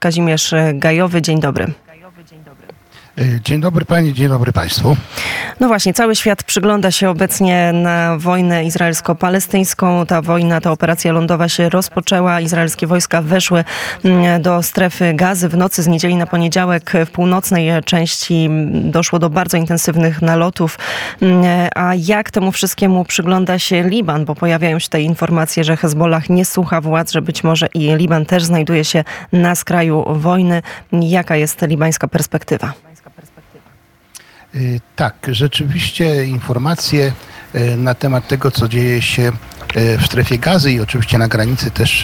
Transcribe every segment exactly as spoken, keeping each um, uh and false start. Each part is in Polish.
Kazimierz Gajowy, dzień dobry. Dzień dobry Pani, dzień dobry Państwu. No właśnie, cały świat przygląda się obecnie na wojnę izraelsko-palestyńską. Ta wojna, ta operacja lądowa się rozpoczęła. Izraelskie wojska weszły do strefy Gazy w nocy z niedzieli na poniedziałek. W północnej części doszło do bardzo intensywnych nalotów. A jak temu wszystkiemu przygląda się Liban? Bo pojawiają się tutaj informacje, że Hezbollah nie słucha władz, że być może i Liban też znajduje się na skraju wojny. Jaka jest libańska perspektywa? Tak, rzeczywiście informacje na temat tego, co dzieje się w strefie Gazy i oczywiście na granicy też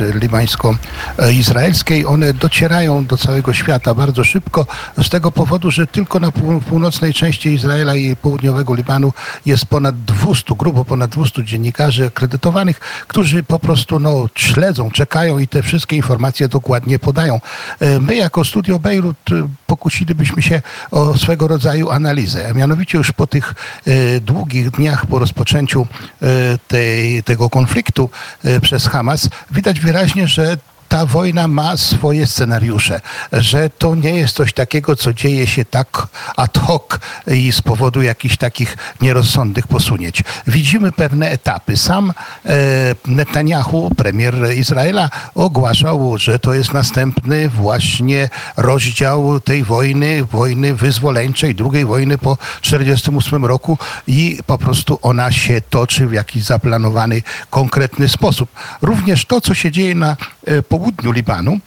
libańsko-izraelskiej, one docierają do całego świata bardzo szybko z tego powodu, że tylko na północnej części Izraela i południowego Libanu jest ponad dwieście, grubo ponad dwieście dziennikarzy akredytowanych, którzy po prostu no, śledzą, czekają i te wszystkie informacje dokładnie podają. My jako Studio Bejrut pokusilibyśmy się o swego rodzaju analizę, a mianowicie już po tych e, długich dniach po rozpoczęciu e, tej, tego konfliktu e, przez Hamas widać wyraźnie, że ta wojna ma swoje scenariusze, że to nie jest coś takiego, co dzieje się tak ad hoc i z powodu jakichś takich nierozsądnych posunięć. Widzimy pewne etapy. Sam e, Netanyahu, premier Izraela, ogłaszał, że to jest następny właśnie rozdział tej wojny, wojny wyzwoleńczej, drugiej wojny po tysiąc dziewięćset czterdziestym ósmym roku i po prostu ona się toczy w jakiś zaplanowany, konkretny sposób. Również to, co się dzieje na e, południu Libanu,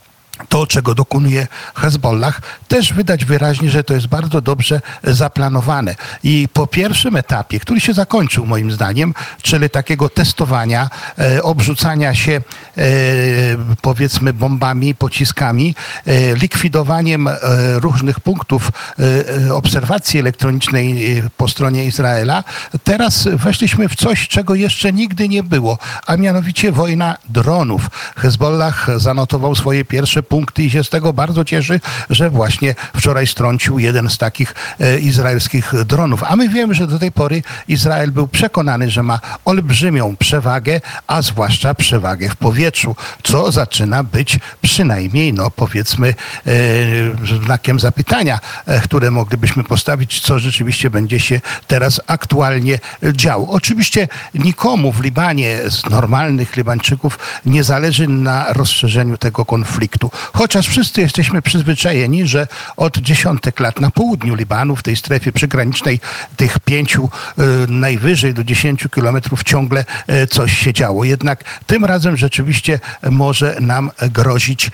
to, czego dokonuje Hezbollah, też widać wyraźnie, że to jest bardzo dobrze zaplanowane. I po pierwszym etapie, który się zakończył moim zdaniem, czyli takiego testowania, e, obrzucania się e, powiedzmy bombami, pociskami, e, likwidowaniem e, różnych punktów e, obserwacji elektronicznej po stronie Izraela, teraz weszliśmy w coś, czego jeszcze nigdy nie było, a mianowicie wojna dronów. Hezbollah zanotował swoje pierwsze punkty i się z tego bardzo cieszy, że właśnie wczoraj strącił jeden z takich e, izraelskich dronów. A my wiemy, że do tej pory Izrael był przekonany, że ma olbrzymią przewagę, a zwłaszcza przewagę w powietrzu, co zaczyna być przynajmniej, no powiedzmy, e, znakiem zapytania, e, które moglibyśmy postawić, co rzeczywiście będzie się teraz aktualnie działo. Oczywiście nikomu w Libanie z normalnych Libańczyków nie zależy na rozszerzeniu tego konfliktu. Chociaż wszyscy jesteśmy przyzwyczajeni, że od dziesiątek lat na południu Libanu, w tej strefie przygranicznej, tych pięciu, y, najwyżej do dziesięciu kilometrów ciągle y, coś się działo. Jednak tym razem rzeczywiście może nam grozić y,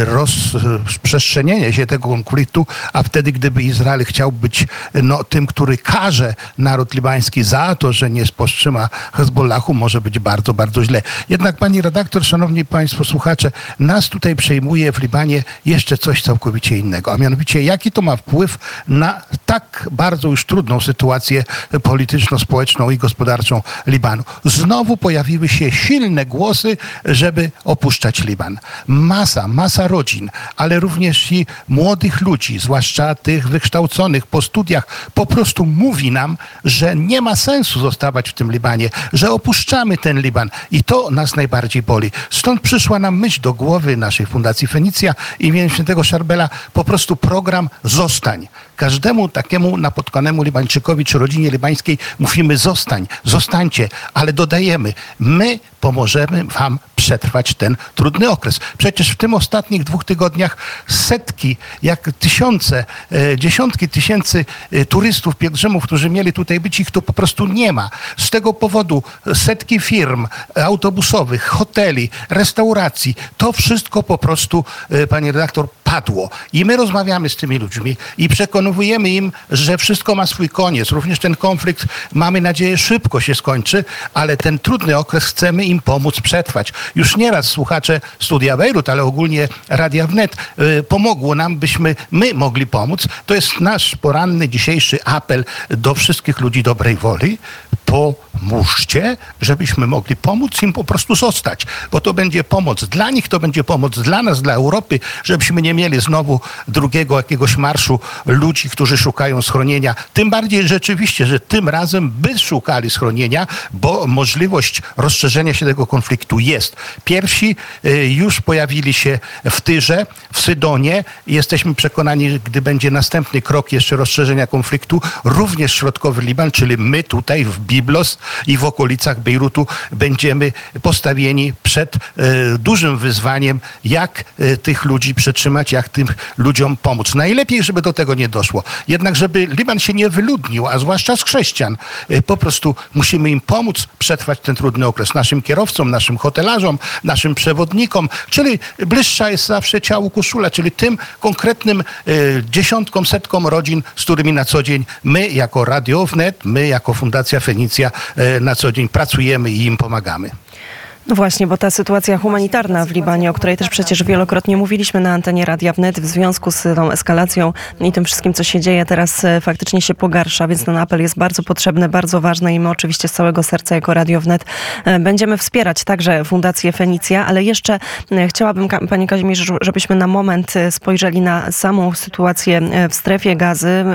rozprzestrzenienie się tego konfliktu, a wtedy, gdyby Izrael chciał być no, tym, który karze naród libański za to, że nie powstrzyma Hezbollahu, może być bardzo, bardzo źle. Jednak pani redaktor, szanowni państwo słuchacze, nas tutaj przejmuje w Libanie jeszcze coś całkowicie innego, a mianowicie jaki to ma wpływ na tak bardzo już trudną sytuację polityczno-społeczną i gospodarczą Libanu. Znowu pojawiły się silne głosy, żeby opuszczać Liban. Masa, masa rodzin, ale również i młodych ludzi, zwłaszcza tych wykształconych po studiach, po prostu mówi nam, że nie ma sensu zostawać w tym Libanie, że opuszczamy ten Liban i to nas najbardziej boli. Stąd przyszła nam myśl do głowy naszej Fundacji Fenicja i imieniem świętego Szarbela po prostu program Zostań. Każdemu takiemu napotkanemu Libańczykowi czy rodzinie libańskiej mówimy zostań, zostańcie, ale dodajemy, my pomożemy wam przetrwać ten trudny okres. Przecież w tym ostatnich dwóch tygodniach setki, jak tysiące, e, dziesiątki tysięcy e, turystów, pielgrzymów, którzy mieli tutaj być, ich tu po prostu nie ma. Z tego powodu setki firm autobusowych, hoteli, restauracji, to wszystko po prostu, e, pani redaktor, padło. I my rozmawiamy z tymi ludźmi i przekonujemy im, że wszystko ma swój koniec. Również ten konflikt, mamy nadzieję, szybko się skończy, ale ten trudny okres chcemy im pomóc przetrwać. Już nieraz słuchacze Studia Bejrut, ale ogólnie Radia Wnet y, pomogło nam, byśmy my mogli pomóc. To jest nasz poranny, dzisiejszy apel do wszystkich ludzi dobrej woli. pomóżcie, żebyśmy mogli pomóc im po prostu zostać, bo to będzie pomoc dla nich, to będzie pomoc dla nas, dla Europy, żebyśmy nie mieli znowu drugiego jakiegoś marszu ludzi, którzy szukają schronienia. Tym bardziej rzeczywiście, że tym razem by szukali schronienia, bo możliwość rozszerzenia się tego konfliktu jest. Pierwsi już pojawili się w Tyrze, w Sydonie. Jesteśmy przekonani, gdy będzie następny krok jeszcze rozszerzenia konfliktu, również środkowy Liban, czyli my tutaj w Biblos i w okolicach Bejrutu będziemy postawieni przed e, dużym wyzwaniem, jak e, tych ludzi przetrzymać, jak tym ludziom pomóc. Najlepiej, żeby do tego nie doszło. Jednak, żeby Liban się nie wyludnił, a zwłaszcza z chrześcijan, e, po prostu musimy im pomóc przetrwać ten trudny okres. Naszym kierowcom, naszym hotelarzom, naszym przewodnikom, czyli bliższa jest zawsze ciału koszula, czyli tym konkretnym e, dziesiątkom, setkom rodzin, z którymi na co dzień my jako Radio Wnet, my jako Fundacja Fenicja e, na co dzień pracujemy i im pomagamy. No właśnie, bo ta sytuacja humanitarna w Libanie, o której też przecież wielokrotnie mówiliśmy na antenie Radia Wnet, w związku z tą eskalacją i tym wszystkim, co się dzieje, teraz faktycznie się pogarsza, więc ten apel jest bardzo potrzebny, bardzo ważny i my oczywiście z całego serca jako Radio Wnet będziemy wspierać także Fundację Fenicja, ale jeszcze chciałabym, panie Kazimierzu, żebyśmy na moment spojrzeli na samą sytuację w strefie Gazy,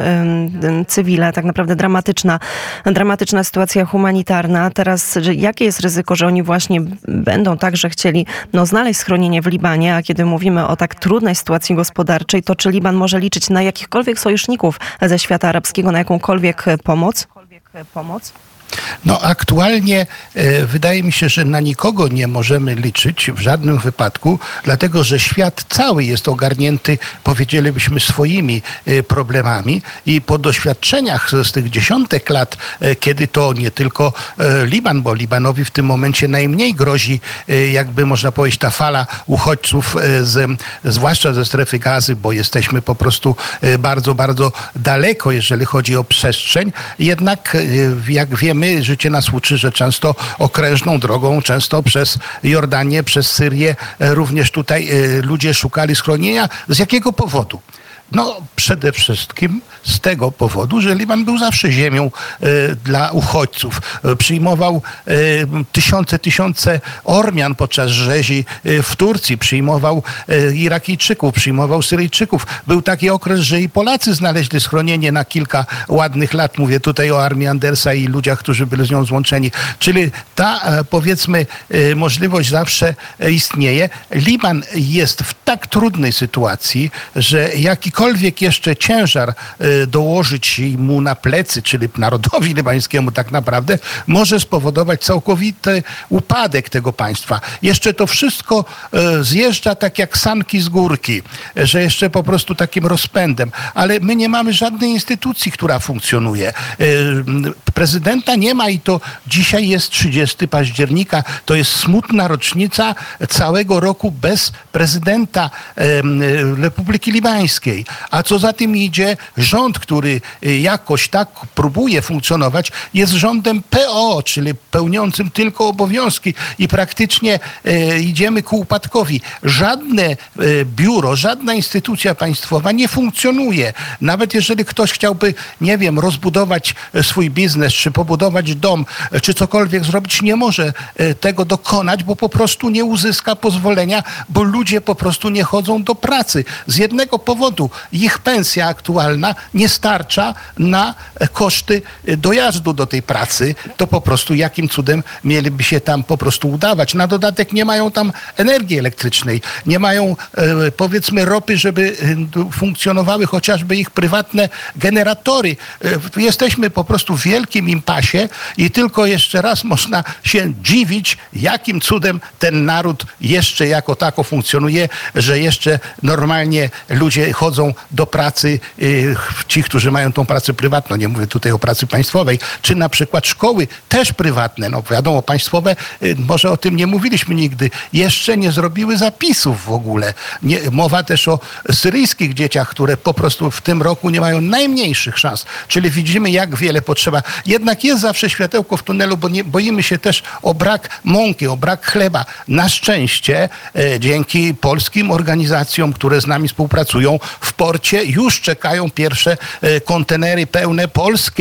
cywile, tak naprawdę dramatyczna, dramatyczna sytuacja humanitarna. Teraz jakie jest ryzyko, że oni właśnie będą także chcieli no, znaleźć schronienie w Libanie, a kiedy mówimy o tak trudnej sytuacji gospodarczej, to czy Liban może liczyć na jakichkolwiek sojuszników ze świata arabskiego, na jakąkolwiek pomoc? pomoc? No aktualnie e, wydaje mi się, że na nikogo nie możemy liczyć w żadnym wypadku, dlatego że świat cały jest ogarnięty, powiedzielibyśmy, swoimi e, problemami i po doświadczeniach z, z tych dziesiątek lat, e, kiedy to nie tylko e, Liban, bo Libanowi w tym momencie najmniej grozi, e, jakby można powiedzieć, ta fala uchodźców, e, z, zwłaszcza ze strefy Gazy, bo jesteśmy po prostu e, bardzo, bardzo daleko, jeżeli chodzi o przestrzeń. Jednak e, jak wiemy, My, życie nas uczy, że często okrężną drogą, często przez Jordanię, przez Syrię, również tutaj ludzie szukali schronienia. Z jakiego powodu? No przede wszystkim z tego powodu, że Liban był zawsze ziemią e, dla uchodźców. E, przyjmował e, tysiące, tysiące Ormian podczas rzezi e, w Turcji. Przyjmował e, Irakijczyków, przyjmował Syryjczyków. Był taki okres, że i Polacy znaleźli schronienie na kilka ładnych lat. Mówię tutaj o armii Andersa i ludziach, którzy byli z nią złączeni. Czyli ta, e, powiedzmy, e, możliwość zawsze e, istnieje. Liban jest w tak trudnej sytuacji, że jakikolwiek jeszcze ciężar y, dołożyć mu na plecy, czyli narodowi libańskiemu tak naprawdę, może spowodować całkowity upadek tego państwa. Jeszcze to wszystko y, zjeżdża tak jak sanki z górki, że jeszcze po prostu takim rozpędem. Ale my nie mamy żadnej instytucji, która funkcjonuje. Y, prezydenta nie ma i to dzisiaj jest trzydziestego października. To jest smutna rocznica całego roku bez prezydenta y, y, Republiki Libańskiej. A co za tym idzie, rząd, który jakoś tak próbuje funkcjonować, jest rządem P O, czyli pełniącym tylko obowiązki i praktycznie e, idziemy ku upadkowi. Żadne e, biuro, żadna instytucja państwowa nie funkcjonuje. Nawet jeżeli ktoś chciałby, nie wiem, rozbudować swój biznes, czy pobudować dom, czy cokolwiek zrobić, nie może e, tego dokonać, bo po prostu nie uzyska pozwolenia, bo ludzie po prostu nie chodzą do pracy. Z jednego powodu. Ich pensja aktualna nie starcza na koszty dojazdu do tej pracy, to po prostu jakim cudem mieliby się tam po prostu udawać. Na dodatek nie mają tam energii elektrycznej, nie mają e, powiedzmy ropy, żeby e, funkcjonowały chociażby ich prywatne generatory. E, jesteśmy po prostu w wielkim impasie i tylko jeszcze raz można się dziwić, jakim cudem ten naród jeszcze jako tako funkcjonuje, że jeszcze normalnie ludzie chodzą do pracy, ci, którzy mają tą pracę prywatną, nie mówię tutaj o pracy państwowej, czy na przykład szkoły też prywatne, no wiadomo, państwowe, może o tym nie mówiliśmy nigdy, jeszcze nie zrobiły zapisów w ogóle. Nie, mowa też o syryjskich dzieciach, które po prostu w tym roku nie mają najmniejszych szans. Czyli widzimy, jak wiele potrzeba. Jednak jest zawsze światełko w tunelu, bo nie, boimy się też o brak mąki, o brak chleba. Na szczęście e, dzięki polskim organizacjom, które z nami współpracują, w porcie już czekają pierwsze e, kontenery pełne polskiej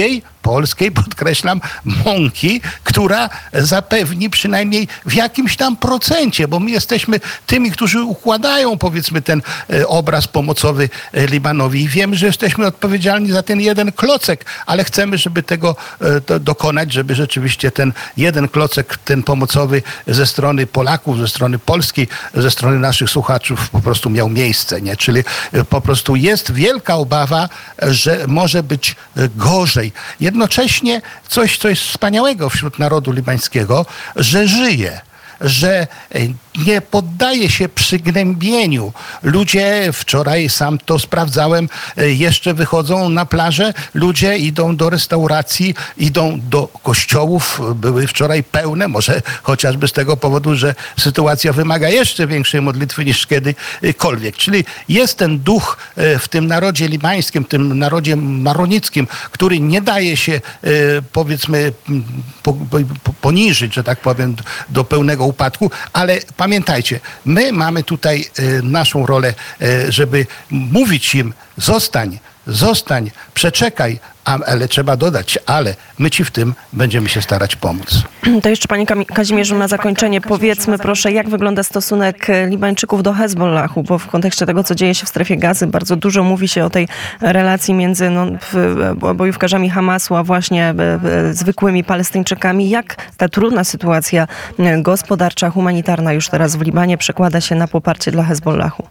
polskiej, podkreślam, mąki, która zapewni przynajmniej w jakimś tam procencie, bo my jesteśmy tymi, którzy układają, powiedzmy, ten obraz pomocowy Libanowi i wiemy, że jesteśmy odpowiedzialni za ten jeden klocek, ale chcemy, żeby tego to dokonać, żeby rzeczywiście ten jeden klocek, ten pomocowy ze strony Polaków, ze strony Polski, ze strony naszych słuchaczów po prostu miał miejsce, nie? Czyli po prostu jest wielka obawa, że może być gorzej. Jednocześnie coś, co jest wspaniałego wśród narodu libańskiego, że żyje, że nie poddaje się przygnębieniu. Ludzie, wczoraj sam to sprawdzałem, jeszcze wychodzą na plażę, ludzie idą do restauracji, idą do kościołów, były wczoraj pełne, może chociażby z tego powodu, że sytuacja wymaga jeszcze większej modlitwy niż kiedykolwiek. Czyli jest ten duch w tym narodzie libańskim, tym narodzie maronickim, który nie daje się, powiedzmy, poniżyć, że tak powiem, do pełnego upadku, ale pamiętajcie, my mamy tutaj naszą rolę, żeby mówić im: zostań, zostań, przeczekaj, ale trzeba dodać, ale my ci w tym będziemy się starać pomóc. To jeszcze, panie Kazimierzu, na zakończenie powiedzmy proszę, jak wygląda stosunek Libańczyków do Hezbollahu, bo w kontekście tego, co dzieje się w strefie Gazy, bardzo dużo mówi się o tej relacji między no, bojówkarzami Hamasu, a właśnie zwykłymi Palestyńczykami. Jak ta trudna sytuacja gospodarcza, humanitarna już teraz w Libanie przekłada się na poparcie dla Hezbollahu?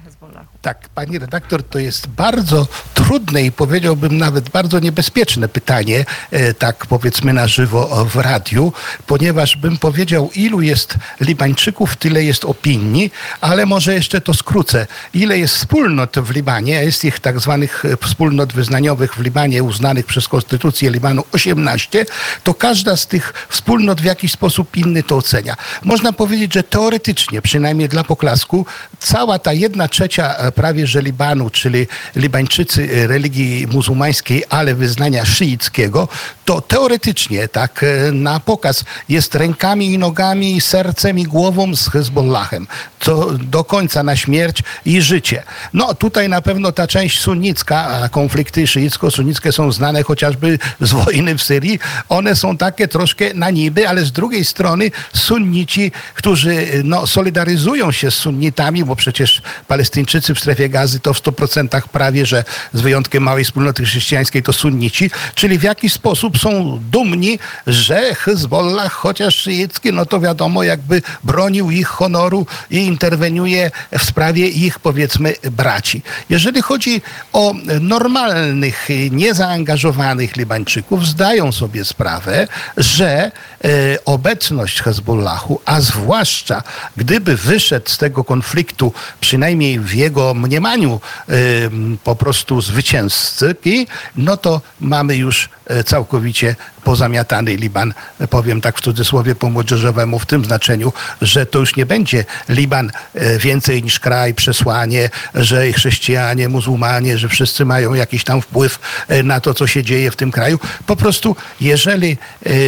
Tak, pani redaktor, to jest bardzo trudne i powiedziałbym nawet bardzo niebezpieczne pytanie, tak powiedzmy na żywo w radiu, ponieważ bym powiedział, ilu jest Libańczyków, tyle jest opinii, ale może jeszcze to skrócę. Ile jest wspólnot w Libanie, jest ich tak zwanych wspólnot wyznaniowych w Libanie uznanych przez Konstytucję Libanu osiemnaście, to każda z tych wspólnot w jakiś sposób inny to ocenia. Można powiedzieć, że teoretycznie, przynajmniej dla poklasku, cała ta jedna trzecia prawie że Libanu, czyli Libańczycy religii muzułmańskiej, ale wyznania szyickiego, to teoretycznie, tak na pokaz, jest rękami i nogami, sercem i głową z Hezbollahem. To do końca na śmierć i życie. No tutaj na pewno ta część sunnicka, a konflikty szyicko-sunnickie są znane chociażby z wojny w Syrii. One są takie troszkę na niby, ale z drugiej strony sunnici, którzy no, solidaryzują się z sunnitami, bo przecież Palestyńczycy w strefie Gazy to w stu procentach prawie, że z wyjątkiem małej wspólnoty chrześcijańskiej to sunnici, czyli w jakiś sposób są dumni, że Hezbollah, chociaż szyicki, no to wiadomo, jakby bronił ich honoru i interweniuje w sprawie ich, powiedzmy, braci. Jeżeli chodzi o normalnych, niezaangażowanych Libańczyków, zdają sobie sprawę, że e, obecność Hezbollahu, a zwłaszcza gdyby wyszedł z tego konfliktu, przynajmniej w jego mniemaniu, e, po prostu zwycięzcy, no to mamy już całkowicie pozamiatany Liban, powiem tak w cudzysłowie po młodzieżowemu, w tym znaczeniu, że to już nie będzie Liban więcej niż kraj, przesłanie, że chrześcijanie, muzułmanie, że wszyscy mają jakiś tam wpływ na to, co się dzieje w tym kraju. Po prostu, jeżeli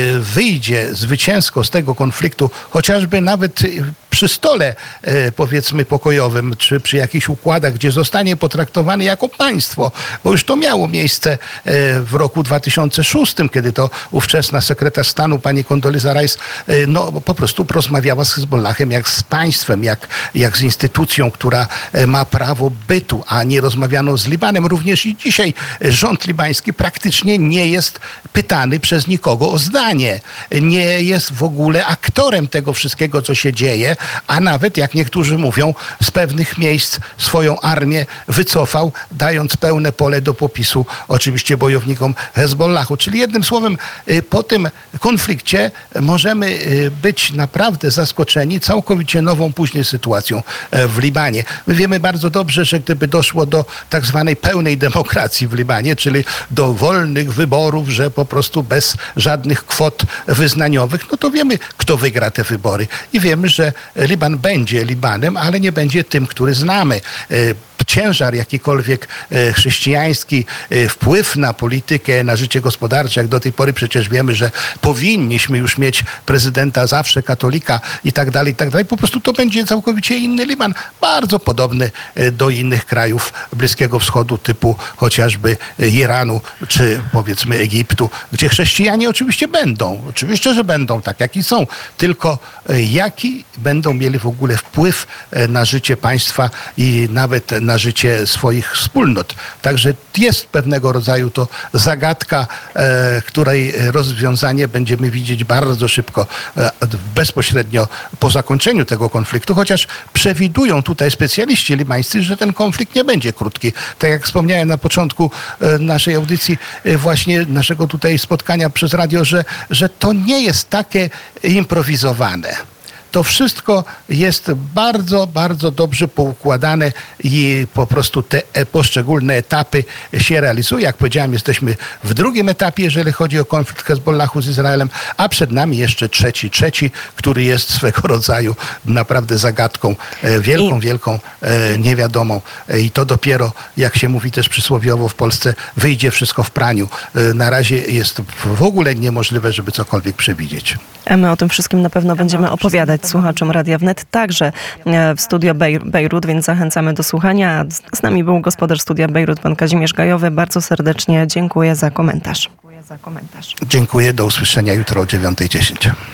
wyjdzie zwycięsko z tego konfliktu, chociażby nawet przy stole, powiedzmy, pokojowym, czy przy jakichś układach, gdzie zostanie potraktowany jako państwo, bo już to miało miejsce w roku dwa tysiące szóstym, kiedy to ówczesna sekretarz stanu, pani Condoleezza Rice, no po prostu porozmawiała z Hezbollahem jak z państwem, jak, jak z instytucją, która ma prawo bytu, a nie rozmawiano z Libanem. Również i dzisiaj rząd libański praktycznie nie jest pytany przez nikogo o zdanie. Nie jest w ogóle aktorem tego wszystkiego, co się dzieje, a nawet, jak niektórzy mówią, z pewnych miejsc swoją armię wycofał, dając pełne pole do popisu oczywiście bojownikom Hezbollahu. Czyli jednym słowem, po tym konflikcie możemy być naprawdę zaskoczeni całkowicie nową później sytuacją w Libanie. My wiemy bardzo dobrze, że gdyby doszło do tak zwanej pełnej demokracji w Libanie, czyli do wolnych wyborów, że po prostu bez żadnych kwot wyznaniowych, no to wiemy, kto wygra te wybory. I wiemy, że Liban będzie Libanem, ale nie będzie tym, który znamy. ciężar jakikolwiek chrześcijański wpływ na politykę, na życie gospodarcze, jak do tej pory przecież wiemy, że powinniśmy już mieć prezydenta zawsze katolika i tak dalej, i tak dalej. Po prostu to będzie całkowicie inny Liban, bardzo podobny do innych krajów Bliskiego Wschodu, typu chociażby Iranu, czy powiedzmy Egiptu, gdzie chrześcijanie oczywiście będą, oczywiście, że będą tak, jak i są, tylko jaki będą mieli w ogóle wpływ na życie państwa i nawet na życie swoich wspólnot. Także jest pewnego rodzaju to zagadka, e, której rozwiązanie będziemy widzieć bardzo szybko, e, bezpośrednio po zakończeniu tego konfliktu, chociaż przewidują tutaj specjaliści libańscy, że ten konflikt nie będzie krótki. Tak jak wspomniałem na początku e, naszej audycji, e, właśnie naszego tutaj spotkania przez radio, że, że to nie jest takie improwizowane. To wszystko jest bardzo, bardzo dobrze poukładane i po prostu te poszczególne etapy się realizują. Jak powiedziałem, jesteśmy w drugim etapie, jeżeli chodzi o konflikt Hezbollahu z Izraelem, a przed nami jeszcze trzeci, trzeci, który jest swego rodzaju naprawdę zagadką, wielką, wielką, niewiadomą. I to dopiero, jak się mówi też przysłowiowo w Polsce, wyjdzie wszystko w praniu. Na razie jest w ogóle niemożliwe, żeby cokolwiek przewidzieć. A my o tym wszystkim na pewno będziemy opowiadać słuchaczom Radia Wnet, także w studio Bej- Bejrut, więc zachęcamy do słuchania. Z nami był gospodarz studia Bejrut, pan Kazimierz Gajowy. Bardzo serdecznie dziękuję za komentarz. Dziękuję, do usłyszenia jutro o dziewiąta dziesięć.